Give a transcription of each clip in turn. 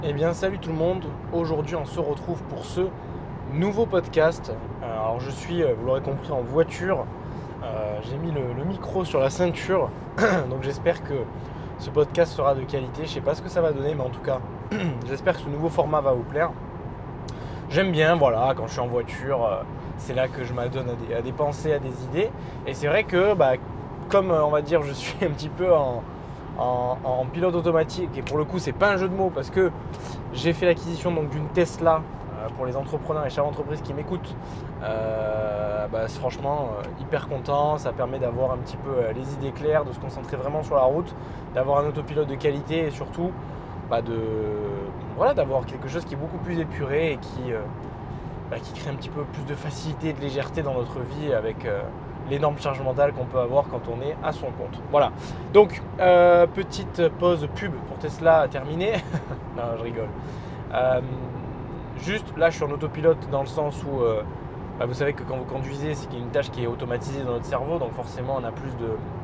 Eh bien salut tout le monde, aujourd'hui on se retrouve pour ce nouveau podcast. Alors je suis, vous l'aurez compris, en voiture. J'ai mis le micro sur la ceinture, donc j'espère que ce podcast sera de qualité. Je ne sais pas ce que ça va donner, mais en tout cas j'espère que ce nouveau format va vous plaire. J'aime bien, voilà, quand je suis en voiture, c'est là que je m'adonne à des pensées, à des idées. Et c'est vrai que, comme on va dire, je suis un petit peu en pilote automatique, et pour le coup, c'est pas un jeu de mots parce que j'ai fait l'acquisition donc d'une Tesla pour les entrepreneurs et chefs d'entreprise qui m'écoutent. Franchement, hyper content. Ça permet d'avoir un petit peu les idées claires, de se concentrer vraiment sur la route, d'avoir un autopilote de qualité et surtout d'avoir quelque chose qui est beaucoup plus épuré et qui crée un petit peu plus de facilité et de légèreté dans notre vie avec l'énorme charge mentale qu'on peut avoir quand on est à son compte. Voilà. Donc, petite pause pub pour Tesla terminée. Non, je rigole. Juste, là, je suis en autopilote dans le sens où vous savez que quand vous conduisez, c'est qu'il y a une tâche qui est automatisée dans notre cerveau. Donc forcément, on a plus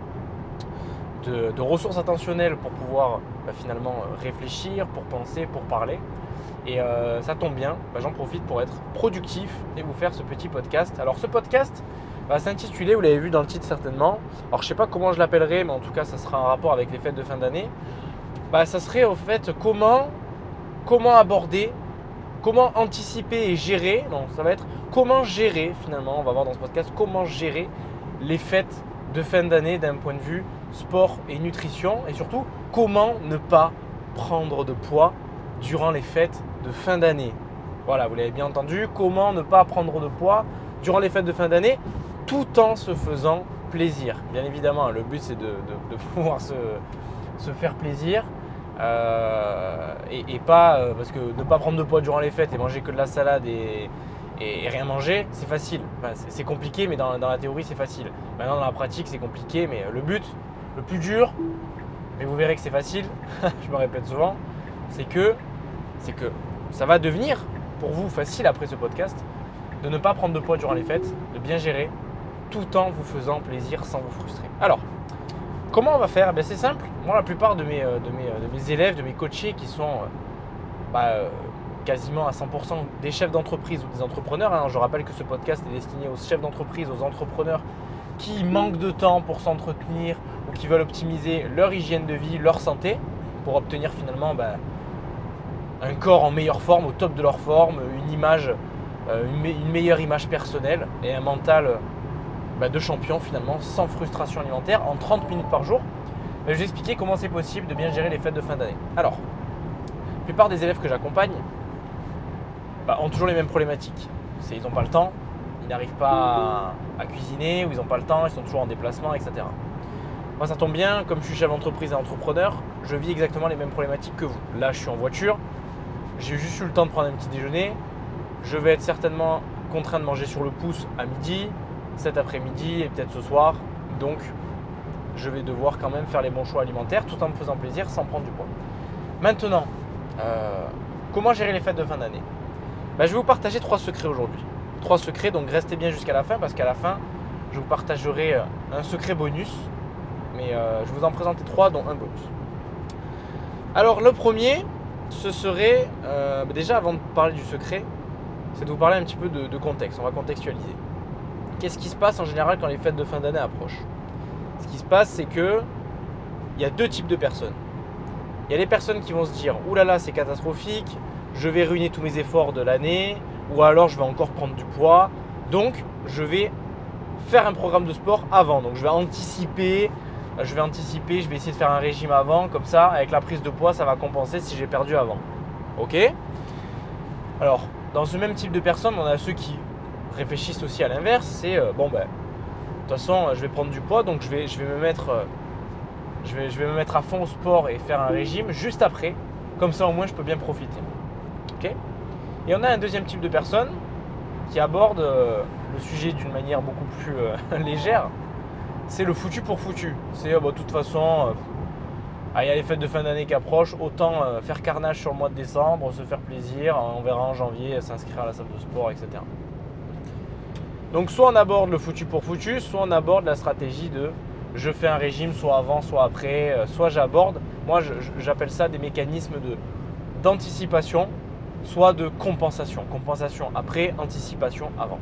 de ressources attentionnelles pour pouvoir finalement réfléchir, pour penser, pour parler. Et ça tombe bien, j'en profite pour être productif et vous faire ce petit podcast. Alors ce podcast va s'intituler, vous l'avez vu dans le titre certainement, alors je ne sais pas comment je l'appellerai, mais en tout cas ça sera en rapport avec les fêtes de fin d'année. Ça serait au fait comment aborder, comment anticiper et gérer, non ça va être comment gérer finalement, on va voir dans ce podcast, comment gérer les fêtes de fin d'année d'un point de vue sport et nutrition, et surtout comment ne pas prendre de poids durant les fêtes de fin d'année. Voilà, vous l'avez bien entendu, comment ne pas prendre de poids durant les fêtes de fin d'année tout en se faisant plaisir. Bien évidemment, le but c'est de pouvoir se faire plaisir et pas parce que ne pas prendre de poids durant les fêtes et manger que de la salade et rien manger, c'est facile. Enfin, c'est compliqué, mais dans la théorie c'est facile. Maintenant dans la pratique c'est compliqué, mais le but, le plus dur, mais vous verrez que c'est facile, je me répète souvent, c'est que ça va devenir pour vous facile après ce podcast de ne pas prendre de poids durant les fêtes, de bien gérer tout en vous faisant plaisir sans vous frustrer. Alors, comment on va faire ? C'est simple. Moi, la plupart de mes élèves, de mes coachés qui sont quasiment à 100% des chefs d'entreprise ou des entrepreneurs, je rappelle que ce podcast est destiné aux chefs d'entreprise, aux entrepreneurs qui manquent de temps pour s'entretenir ou qui veulent optimiser leur hygiène de vie, leur santé pour obtenir finalement un corps en meilleure forme, au top de leur forme, une image, une meilleure image personnelle et un mental de champion finalement, sans frustration alimentaire, en 30 minutes par jour. Je vais expliquer comment c'est possible de bien gérer les fêtes de fin d'année. Alors, la plupart des élèves que j'accompagne ont toujours les mêmes problématiques. Ils n'ont pas le temps, ils n'arrivent pas à cuisiner, ou ils n'ont pas le temps, ils sont toujours en déplacement, etc. Moi, ça tombe bien, comme je suis chef d'entreprise et entrepreneur, je vis exactement les mêmes problématiques que vous. Là, je suis en voiture, j'ai juste eu le temps de prendre un petit déjeuner. Je vais être certainement contraint de manger sur le pouce à midi, cet après-midi et peut-être ce soir. Donc, je vais devoir quand même faire les bons choix alimentaires tout en me faisant plaisir sans prendre du poids. Maintenant, comment gérer les fêtes de fin d'année ? Je vais vous partager 3 secrets aujourd'hui. 3 secrets, donc restez bien jusqu'à la fin parce qu'à la fin, je vous partagerai un secret bonus. Mais je vais vous en présenter 3, dont un bonus. Alors, le premier, ce serait, déjà avant de parler du secret, c'est de vous parler un petit peu de contexte. On va contextualiser. Qu'est-ce qui se passe en général quand les fêtes de fin d'année approchent ? Ce qui se passe, c'est que il y a 2 types de personnes. Il y a les personnes qui vont se dire « Ouh là là, c'est catastrophique, je vais ruiner tous mes efforts de l'année, ou alors je vais encore prendre du poids, donc je vais faire un programme de sport avant. Donc je vais anticiper, je vais essayer de faire un régime avant, comme ça, avec la prise de poids, ça va compenser si j'ai perdu avant. » Ok ? Alors, dans ce même type de personnes, on a ceux qui réfléchissent aussi à l'inverse, c'est de toute façon, je vais prendre du poids, donc je vais me mettre à fond au sport et faire un régime juste après, comme ça au moins je peux bien profiter. Ok ? Et on a un deuxième type de personnes qui aborde le sujet d'une manière beaucoup plus légère, c'est le foutu pour foutu. C'est de toute façon, il y a les fêtes de fin d'année qui approchent, autant faire carnage sur le mois de décembre, se faire plaisir, on verra en janvier s'inscrire à la salle de sport, etc. Donc soit on aborde le foutu pour foutu, soit on aborde la stratégie de je fais un régime soit avant, soit après, soit j'aborde, moi j'appelle ça des mécanismes d'anticipation, soit de compensation. Compensation après, anticipation avant.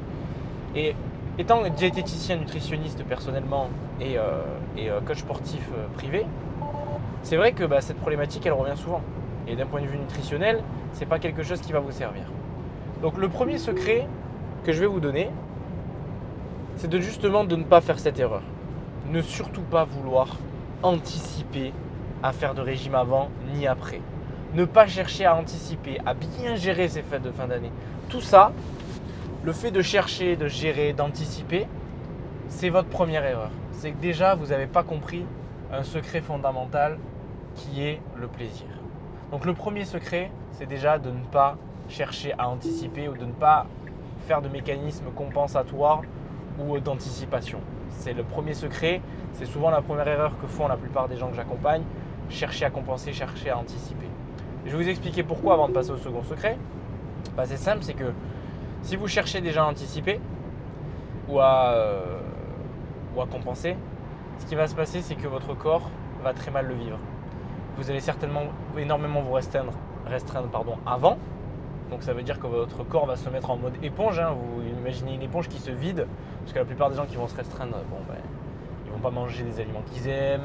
Et étant diététicien, nutritionniste personnellement et coach sportif privé, c'est vrai que cette problématique, elle revient souvent. Et d'un point de vue nutritionnel, ce n'est pas quelque chose qui va vous servir. Donc le premier secret que je vais vous donner, c'est de ne pas faire cette erreur. Ne surtout pas vouloir anticiper à faire de régime avant ni après. Ne pas chercher à anticiper, à bien gérer ces fêtes de fin d'année. Tout ça, le fait de chercher, de gérer, d'anticiper, c'est votre première erreur. C'est que déjà, vous n'avez pas compris un secret fondamental qui est le plaisir. Donc le premier secret, c'est déjà de ne pas chercher à anticiper ou de ne pas faire de mécanismes compensatoires ou d'anticipation. C'est le premier secret, c'est souvent la première erreur que font la plupart des gens que j'accompagne, chercher à compenser, chercher à anticiper. Je vais vous expliquer pourquoi avant de passer au second secret. C'est simple, c'est que si vous cherchez déjà à anticiper ou à compenser, ce qui va se passer, c'est que votre corps va très mal le vivre. Vous allez certainement énormément vous restreindre avant. Donc ça veut dire que votre corps va se mettre en mode éponge. Vous imaginez une éponge qui se vide, parce que la plupart des gens qui vont se restreindre, ils ne vont pas manger des aliments qu'ils aiment,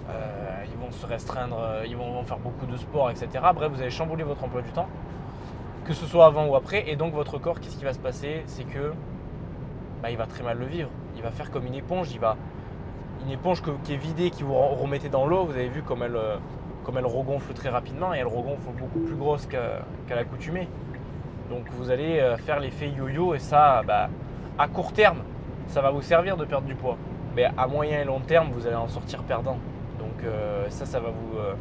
ils vont se restreindre, ils vont faire beaucoup de sport, etc. Bref, vous allez chambouler votre emploi du temps, que ce soit avant ou après. Et donc votre corps, qu'est-ce qui va se passer? C'est que il va très mal le vivre. Il va faire comme une éponge. Une éponge qui est vidée, qui vous remettez dans l'eau, vous avez vu comme elle regonfle très rapidement, et elle regonfle beaucoup plus grosse qu'à l'accoutumée. Donc vous allez faire l'effet yo-yo, et ça, à court terme, ça va vous servir de perdre du poids. Mais à moyen et long terme, vous allez en sortir perdant. Donc ça va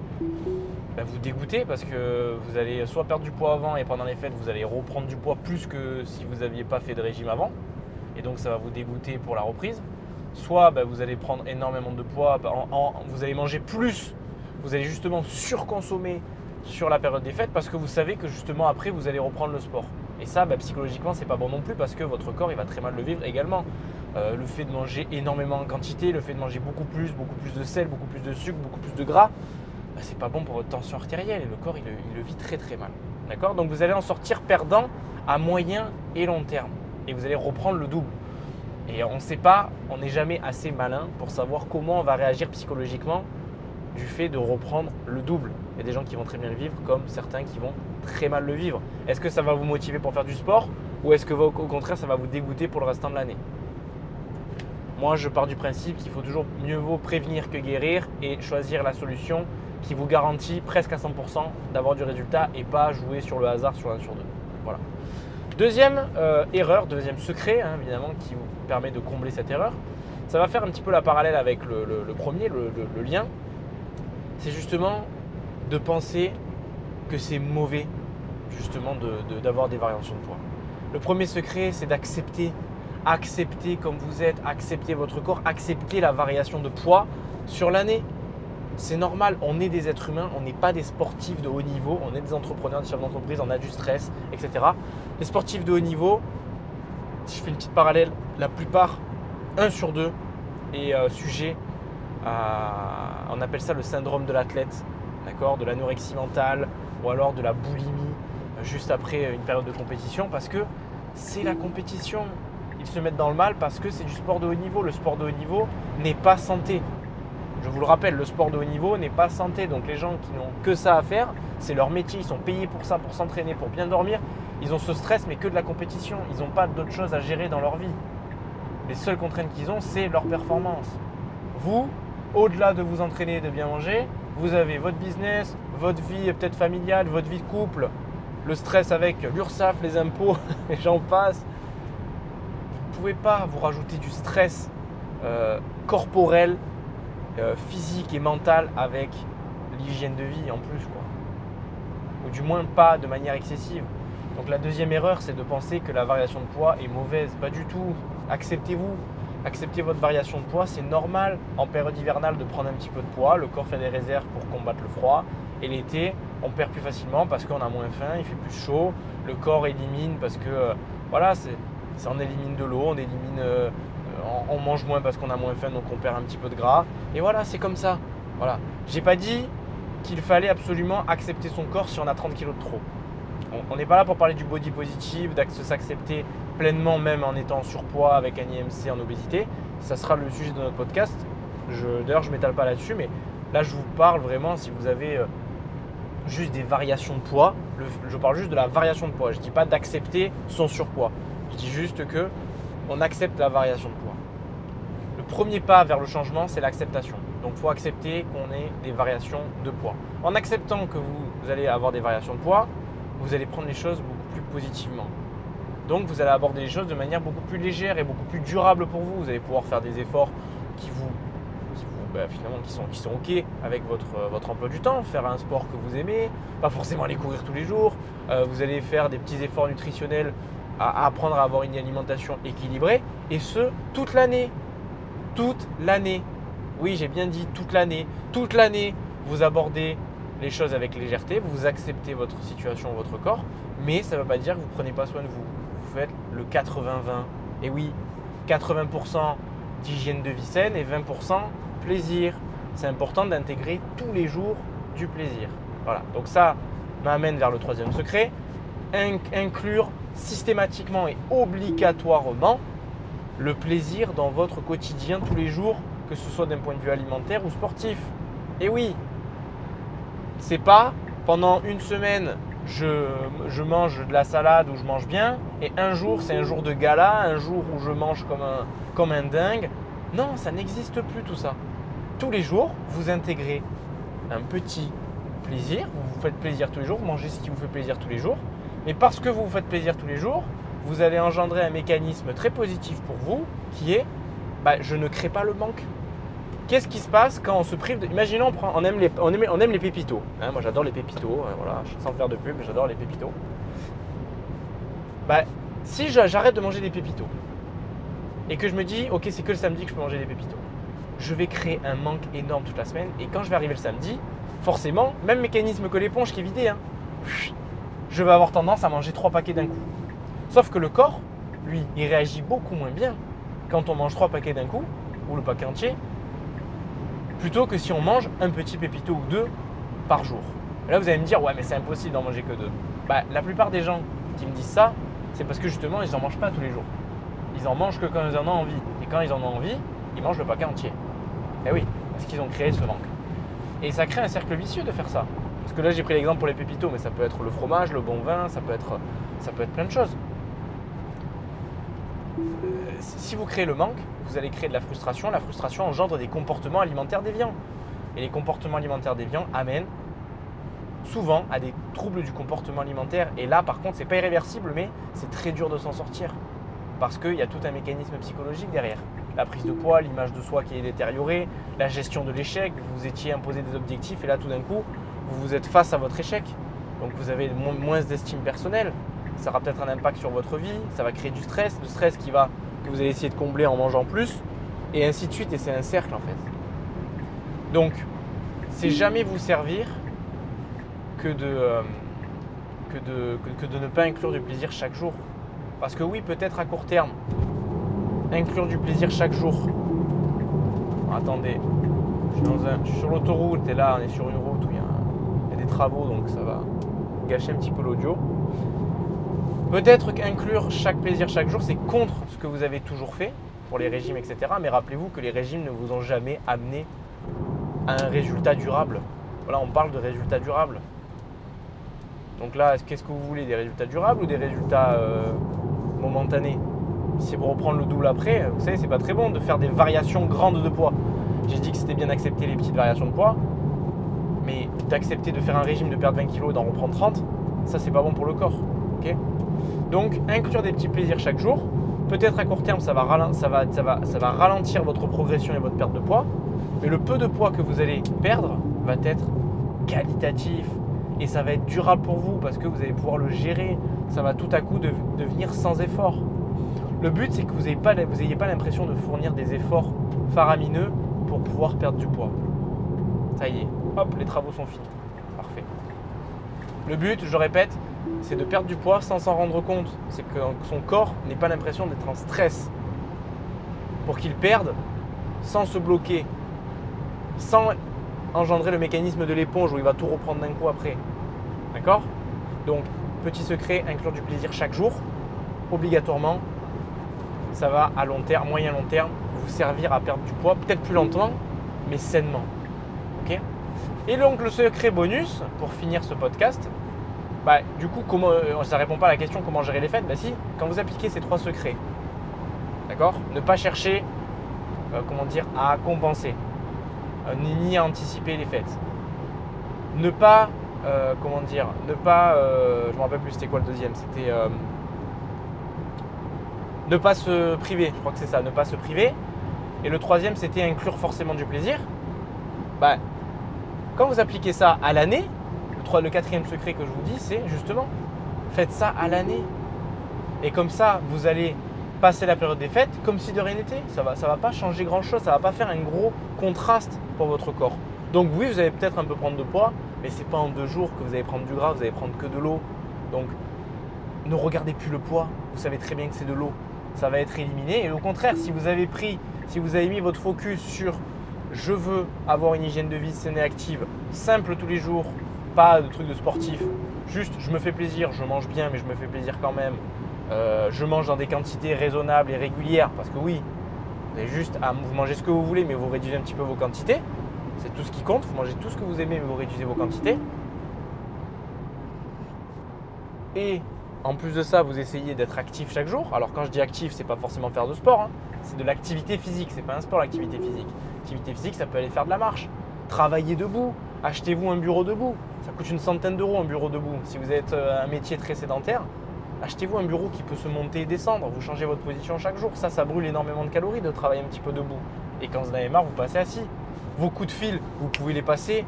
vous dégoûter, parce que vous allez soit perdre du poids avant, et pendant les fêtes, vous allez reprendre du poids plus que si vous n'aviez pas fait de régime avant. Et donc ça va vous dégoûter pour la reprise. Soit vous allez prendre énormément de poids, vous allez manger plus, vous allez justement surconsommer sur la période des fêtes, parce que vous savez que justement après vous allez reprendre le sport. Et ça, psychologiquement, c'est pas bon non plus, parce que votre corps il va très mal le vivre également. Le fait de manger énormément en quantité, le fait de manger beaucoup plus de sel, beaucoup plus de sucre, beaucoup plus de gras, c'est pas bon pour votre tension artérielle, et le corps il le vit très très mal. D'accord ? Donc vous allez en sortir perdant à moyen et long terme, et vous allez reprendre le double. Et on ne sait pas, on n'est jamais assez malin pour savoir comment on va réagir psychologiquement du fait de reprendre le double. Il y a des gens qui vont très bien le vivre, comme certains qui vont très mal le vivre. Est-ce que ça va vous motiver pour faire du sport, ou est-ce que au contraire ça va vous dégoûter pour le restant de l'année? Moi, je pars du principe qu'il faut toujours mieux vaut prévenir que guérir, et choisir la solution qui vous garantit presque à 100% d'avoir du résultat, et pas jouer sur le hasard sur 1 sur 2. Voilà. Deuxième erreur, deuxième secret, évidemment, qui vous permet de combler cette erreur, ça va faire un petit peu la parallèle avec le premier, le lien. C'est justement de penser que c'est mauvais, justement, d'avoir des variations de poids. Le premier secret, c'est d'accepter comme vous êtes, accepter votre corps, accepter la variation de poids sur l'année. C'est normal, on est des êtres humains, on n'est pas des sportifs de haut niveau, on est des entrepreneurs, des chefs d'entreprise, on a du stress, etc. Les sportifs de haut niveau, si je fais une petite parallèle, la plupart, 1 sur 2, est sujet à, on appelle ça le syndrome de l'athlète, d'accord, de l'anorexie mentale, ou alors de la boulimie juste après une période de compétition, parce que c'est la compétition. Ils se mettent dans le mal parce que c'est du sport de haut niveau. Le sport de haut niveau n'est pas santé. Je vous le rappelle, le sport de haut niveau n'est pas santé. Donc les gens qui n'ont que ça à faire, c'est leur métier, ils sont payés pour ça, pour s'entraîner, pour bien dormir. Ils ont ce stress, mais que de la compétition. Ils n'ont pas d'autres choses à gérer dans leur vie. Les seules contraintes qu'ils ont, c'est leur performance. Vous, au-delà de vous entraîner et de bien manger, vous avez votre business, votre vie peut-être familiale, votre vie de couple, le stress avec l'URSSAF, les impôts, et j'en passe. Vous ne pouvez pas vous rajouter du stress corporel, physique et mental avec l'hygiène de vie en plus, quoi. Ou du moins pas de manière excessive. Donc la deuxième erreur, c'est de penser que la variation de poids est mauvaise. Pas du tout. Acceptez-vous. Acceptez votre variation de poids. C'est normal en période hivernale de prendre un petit peu de poids. Le corps fait des réserves pour combattre le froid. Et l'été, on perd plus facilement parce qu'on a moins faim, il fait plus chaud. Le corps élimine parce que on élimine de l'eau, on élimine, on mange moins parce qu'on a moins faim, donc on perd un petit peu de gras. Et voilà, c'est comme ça. Voilà. J'ai pas dit qu'il fallait absolument accepter son corps si on a 30 kg de trop. On n'est pas là pour parler du body positive, de s'accepter pleinement même en étant en surpoids avec un IMC en obésité. Ça sera le sujet de notre podcast. D'ailleurs, je ne m'étale pas là-dessus, mais là, je vous parle vraiment si vous avez juste des variations de poids. Je parle juste de la variation de poids. Je ne dis pas d'accepter son surpoids. Je dis juste qu'on accepte la variation de poids. Le premier pas vers le changement, c'est l'acceptation. Donc, il faut accepter qu'on ait des variations de poids. En acceptant que vous allez avoir des variations de poids, vous allez prendre les choses beaucoup plus positivement. Donc, vous allez aborder les choses de manière beaucoup plus légère et beaucoup plus durable pour vous. Vous allez pouvoir faire des efforts qui sont OK avec votre emploi du temps, faire un sport que vous aimez, pas forcément aller courir tous les jours. Vous allez faire des petits efforts nutritionnels, à apprendre à avoir une alimentation équilibrée, et ce, toute l'année. Toute l'année. Oui, j'ai bien dit toute l'année. Toute l'année, vous abordez les choses avec légèreté, vous acceptez votre situation, votre corps, mais ça ne veut pas dire que vous ne prenez pas soin de vous. Vous faites le 80-20. Et oui, 80% d'hygiène de vie saine et 20% plaisir. C'est important d'intégrer tous les jours du plaisir. Voilà, donc ça m'amène vers le troisième secret. Inclure systématiquement et obligatoirement le plaisir dans votre quotidien tous les jours, que ce soit d'un point de vue alimentaire ou sportif. Et oui, c'est pas pendant une semaine je mange de la salade ou je mange bien, et un jour c'est un jour de gala, un jour où je mange comme un dingue. Non, ça n'existe plus tout ça. Tous les jours, vous intégrez un petit plaisir, vous vous faites plaisir tous les jours, vous mangez ce qui vous fait plaisir tous les jours, mais parce que vous vous faites plaisir tous les jours, vous allez engendrer un mécanisme très positif pour vous qui est je ne crée pas le manque. Qu'est-ce qui se passe quand on se prive de… Imaginons, on aime les pépitos. Hein, moi, j'adore les pépitos. Voilà, sans faire de pub, j'adore les pépitos. Si j'arrête de manger des pépitos et que je me dis, ok, c'est que le samedi que je peux manger des pépitos, je vais créer un manque énorme toute la semaine. Et quand je vais arriver le samedi, forcément, même mécanisme que l'éponge qui est vidée, je vais avoir tendance à manger 3 paquets d'un coup. Sauf que le corps, lui, il réagit beaucoup moins bien quand on mange 3 paquets d'un coup, ou le paquet entier, plutôt que si on mange un petit pépito ou 2 par jour. Et là, vous allez me dire, ouais, mais c'est impossible d'en manger que 2. La plupart des gens qui me disent ça, c'est parce que justement, ils n'en mangent pas tous les jours. Ils en mangent que quand ils en ont envie. Et quand ils en ont envie, ils mangent le paquet entier. Eh oui, parce qu'ils ont créé ce manque. Et ça crée un cercle vicieux de faire ça. Parce que là, j'ai pris l'exemple pour les pépitos, mais ça peut être le fromage, le bon vin, ça peut être plein de choses. Si vous créez le manque, vous allez créer de la frustration. La frustration engendre des comportements alimentaires déviants. Et les comportements alimentaires déviants amènent souvent à des troubles du comportement alimentaire. Et là, par contre, c'est pas irréversible, mais c'est très dur de s'en sortir. Parce qu'il y a tout un mécanisme psychologique derrière. La prise de poids, l'image de soi qui est détériorée, la gestion de l'échec, vous vous étiez imposé des objectifs et là, tout d'un coup, vous êtes face à votre échec. Donc, vous avez moins d'estime personnelle. Ça aura peut-être un impact sur votre vie. Ça va créer du stress que vous allez essayer de combler en mangeant plus, et ainsi de suite, et c'est un cercle en fait. Donc, c'est jamais vous servir que de ne pas inclure du plaisir chaque jour. Parce que oui, peut-être à court terme, inclure du plaisir chaque jour. Bon, attendez, je suis sur l'autoroute, et là on est sur une route où il y a des travaux, donc ça va gâcher un petit peu l'audio. Peut-être qu'inclure chaque plaisir chaque jour, c'est contre ce que vous avez toujours fait pour les régimes, etc. Mais rappelez-vous que les régimes ne vous ont jamais amené à un résultat durable. Voilà, on parle de résultats durables. Donc là, qu'est-ce que vous voulez? Des résultats durables ou des résultats momentanés? Si c'est pour reprendre le double après, vous savez, c'est pas très bon de faire des variations grandes de poids. J'ai dit que c'était bien d'accepter les petites variations de poids, mais d'accepter de faire un régime de perdre 20 kg et d'en reprendre 30, ça c'est pas bon pour le corps. Okay. Donc, inclure des petits plaisirs chaque jour. Peut-être à court terme, ça va ralentir votre progression et votre perte de poids. Mais le peu de poids que vous allez perdre va être qualitatif. Et ça va être durable pour vous parce que vous allez pouvoir le gérer. Ça va tout à coup devenir sans effort. Le but, c'est que vous n'ayez pas l'impression de fournir des efforts faramineux pour pouvoir perdre du poids. Ça y est, hop, les travaux sont finis. Parfait. Le but, je répète, c'est de perdre du poids sans s'en rendre compte. C'est que son corps n'ait pas l'impression d'être en stress. Pour qu'il perde sans se bloquer, sans engendrer le mécanisme de l'éponge où il va tout reprendre d'un coup après. D'accord? Donc, petit secret, inclure du plaisir chaque jour, obligatoirement. Ça va à long terme, moyen long terme, vous servir à perdre du poids, peut-être plus lentement, mais sainement. Ok? Et donc le secret bonus, pour finir ce podcast, du coup, ça ne répond pas à la question comment gérer les fêtes. Si, quand vous appliquez ces 3 secrets, d'accord? Ne pas chercher à compenser, ni à anticiper les fêtes. Ne pas, je me rappelle plus c'était quoi le deuxième, c'était ne pas se priver, je crois que c'est ça, ne pas se priver. Et le troisième, c'était inclure forcément du plaisir. Quand vous appliquez ça à l'année, le 4e secret que je vous dis, c'est justement, faites ça à l'année. Et comme ça, vous allez passer la période des fêtes comme si de rien n'était. Ça va pas changer grand-chose, ça va pas faire un gros contraste pour votre corps. Donc oui, vous allez peut-être un peu prendre de poids, mais c'est pas en 2 jours que vous allez prendre du gras, vous allez prendre que de l'eau. Donc ne regardez plus le poids, vous savez très bien que c'est de l'eau. Ça va être éliminé. Et au contraire, si vous avez mis votre focus sur je veux avoir une hygiène de vie saine et active, simple tous les jours, pas de trucs de sportif, juste je me fais plaisir, je mange bien mais je me fais plaisir quand même, je mange dans des quantités raisonnables et régulières parce que oui, vous avez juste à vous manger ce que vous voulez mais vous réduisez un petit peu vos quantités, c'est tout ce qui compte, vous mangez tout ce que vous aimez mais vous réduisez vos quantités. Et en plus de ça, vous essayez d'être actif chaque jour. Alors quand je dis actif, c'est pas forcément faire de sport, c'est de l'activité physique, c'est pas un sport l'activité physique. L'activité physique, ça peut aller faire de la marche, travailler debout, achetez-vous un bureau debout. Ça coûte une centaine d'euros un bureau debout. Si vous êtes un métier très sédentaire, achetez-vous un bureau qui peut se monter et descendre. Vous changez votre position chaque jour. Ça brûle énormément de calories de travailler un petit peu debout. Et quand vous en avez marre, vous passez assis. Vos coups de fil, vous pouvez les passer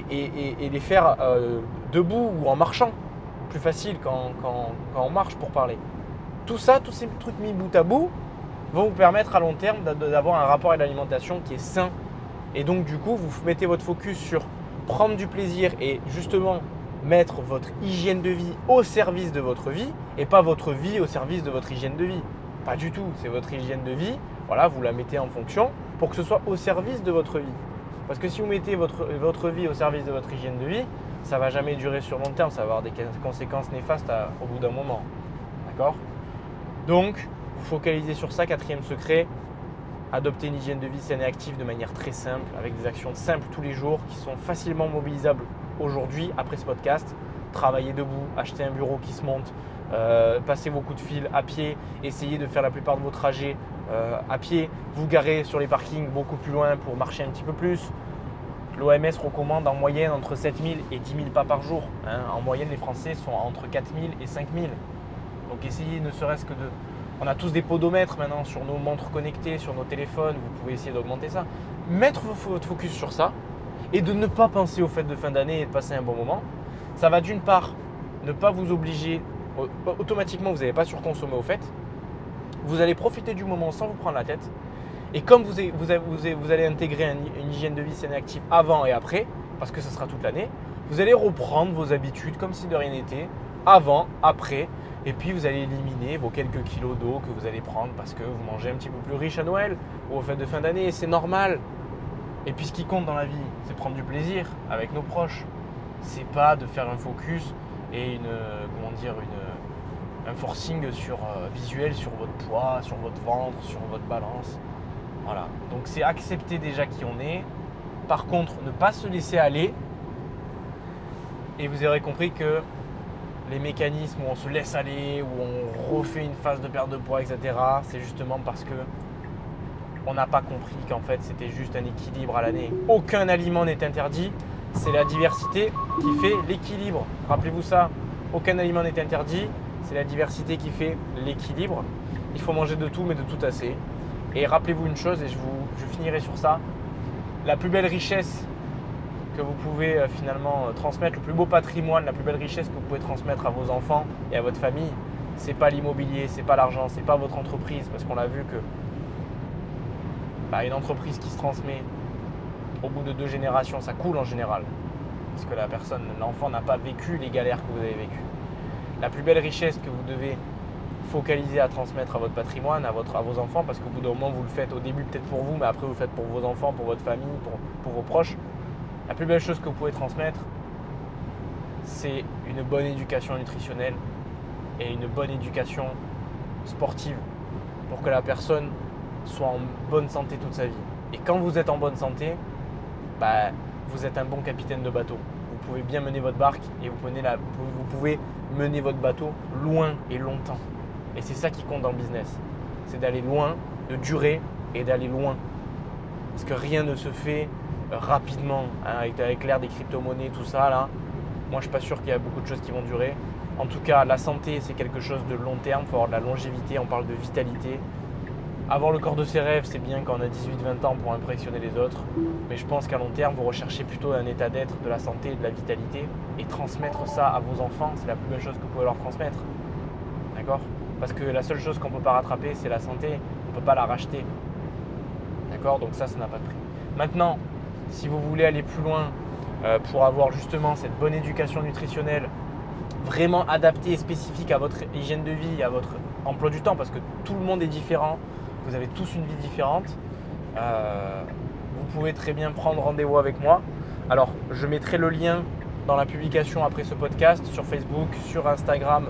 et les faire debout ou en marchant. Plus facile quand on marche pour parler. Tout ça, tous ces trucs mis bout à bout vont vous permettre à long terme d'avoir un rapport à l'alimentation qui est sain. Et donc du coup, vous mettez votre focus sur prendre du plaisir et justement mettre votre hygiène de vie au service de votre vie et pas votre vie au service de votre hygiène de vie. Pas du tout, c'est votre hygiène de vie, voilà, vous la mettez en fonction pour que ce soit au service de votre vie. Parce que si vous mettez votre vie au service de votre hygiène de vie, ça ne va jamais durer sur long terme, ça va avoir des conséquences néfastes au bout d'un moment. D'accord? Donc, vous focalisez sur ça, 4e secret, adopter une hygiène de vie saine et active de manière très simple, avec des actions simples tous les jours qui sont facilement mobilisables aujourd'hui après ce podcast. Travailler debout, acheter un bureau qui se monte, passer vos coups de fil à pied, essayez de faire la plupart de vos trajets à pied, vous garer sur les parkings beaucoup plus loin pour marcher un petit peu plus. L'OMS recommande en moyenne entre 7000 et 10 000 pas par jour. En moyenne, les Français sont entre 4000 et 5000. Donc essayez ne serait-ce que de... On a tous des podomètres maintenant sur nos montres connectées, sur nos téléphones. Vous pouvez essayer d'augmenter ça. Mettre votre focus sur ça et de ne pas penser aux fêtes de fin d'année et de passer un bon moment. Ça va d'une part ne pas vous obliger, automatiquement vous n'allez pas surconsommer aux fêtes. Vous allez profiter du moment sans vous prendre la tête. Et comme vous allez intégrer une hygiène de vie saine et active avant et après, parce que ce sera toute l'année, vous allez reprendre vos habitudes comme si de rien n'était, avant, après, et puis vous allez éliminer vos quelques kilos d'eau que vous allez prendre parce que vous mangez un petit peu plus riche à Noël ou aux fêtes de fin d'année, et c'est normal. Et puis ce qui compte dans la vie, c'est prendre du plaisir avec nos proches. C'est pas de faire un focus et un forcing visuel sur votre poids, sur votre ventre, sur votre balance. Voilà, donc c'est accepter déjà qui on est. Par contre, ne pas se laisser aller. Et vous aurez compris que les mécanismes où on se laisse aller, où on refait une phase de perte de poids, etc., c'est justement parce que on n'a pas compris qu'en fait c'était juste un équilibre à l'année. Aucun aliment n'est interdit, c'est la diversité qui fait l'équilibre. Rappelez-vous ça, aucun aliment n'est interdit, c'est la diversité qui fait l'équilibre. Il faut manger de tout, mais de tout assez. Et rappelez-vous une chose, et je finirai sur ça, la plus belle richesse que vous pouvez finalement transmettre, le plus beau patrimoine, la plus belle richesse que vous pouvez transmettre à vos enfants et à votre famille, c'est pas l'immobilier, c'est pas l'argent, c'est pas votre entreprise, parce qu'on a vu que une entreprise qui se transmet au bout de 2 générations, ça coule en général, parce que l'enfant n'a pas vécu les galères que vous avez vécues. La plus belle richesse que vous devez focaliser à transmettre à votre patrimoine, à vos enfants, parce qu'au bout d'un moment vous le faites au début peut-être pour vous, mais après vous le faites pour vos enfants, pour votre famille, pour vos proches. La plus belle chose que vous pouvez transmettre, c'est une bonne éducation nutritionnelle et une bonne éducation sportive pour que la personne soit en bonne santé toute sa vie. Et quand vous êtes en bonne santé, vous êtes un bon capitaine de bateau. Vous pouvez bien mener votre barque et vous pouvez mener votre bateau loin et longtemps. Et c'est ça qui compte dans le business. C'est d'aller loin, de durer et d'aller loin. Parce que rien ne se fait rapidement, hein, avec l'ère des crypto-monnaies, tout ça là. Moi, je ne suis pas sûr qu'il y a beaucoup de choses qui vont durer. En tout cas, la santé, c'est quelque chose de long terme. Il faut avoir de la longévité, on parle de vitalité. Avoir le corps de ses rêves, c'est bien quand on a 18-20 ans pour impressionner les autres. Mais je pense qu'à long terme, vous recherchez plutôt un état d'être, de la santé, de la vitalité. Et transmettre ça à vos enfants, c'est la plus belle chose que vous pouvez leur transmettre. D'accord ? Parce que la seule chose qu'on ne peut pas rattraper, c'est la santé. On ne peut pas la racheter. D'accord ? Donc ça n'a pas de prix. Maintenant, si vous voulez aller plus loin pour avoir justement cette bonne éducation nutritionnelle vraiment adaptée et spécifique à votre hygiène de vie, à votre emploi du temps, parce que tout le monde est différent, vous avez tous une vie différente, vous pouvez très bien prendre rendez-vous avec moi. Alors, je mettrai le lien dans la publication après ce podcast sur Facebook, sur Instagram,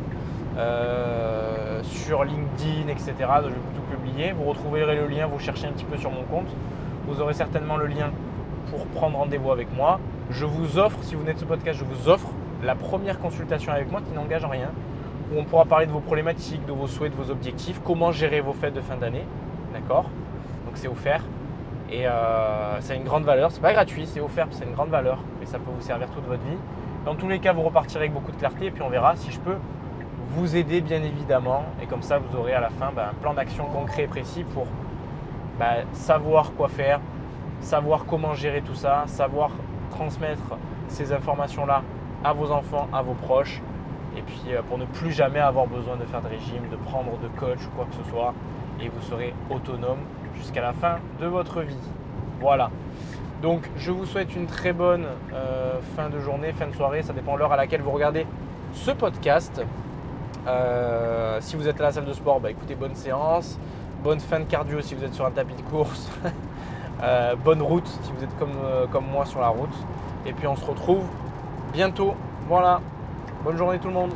sur LinkedIn, etc. Je vais tout publier. Vous retrouverez le lien, vous cherchez un petit peu sur mon compte. Vous aurez certainement le lien pour prendre rendez-vous avec moi. Je vous offre, si vous venez de ce podcast, je vous offre la première consultation avec moi qui n'engage rien, où on pourra parler de vos problématiques, de vos souhaits, de vos objectifs, comment gérer vos fêtes de fin d'année. D'accord ? Donc c'est offert et c'est une grande valeur. C'est pas gratuit, c'est offert, c'est une grande valeur et ça peut vous servir toute votre vie. Dans tous les cas, vous repartirez avec beaucoup de clarté et puis on verra si je peux vous aider bien évidemment. Et comme ça, vous aurez à la fin un plan d'action concret et précis pour savoir quoi faire, savoir comment gérer tout ça, savoir transmettre ces informations-là à vos enfants, à vos proches. Et puis pour ne plus jamais avoir besoin de faire de régime, de prendre de coach ou quoi que ce soit. Et vous serez autonome jusqu'à la fin de votre vie. Voilà. Donc je vous souhaite une très bonne fin de journée, fin de soirée. Ça dépend de l'heure à laquelle vous regardez ce podcast. Si vous êtes à la salle de sport, écoutez, bonne séance. Bonne fin de cardio si vous êtes sur un tapis de course. Bonne route si vous êtes comme moi sur la route. Et puis on se retrouve bientôt. Voilà. Bonne journée tout le monde.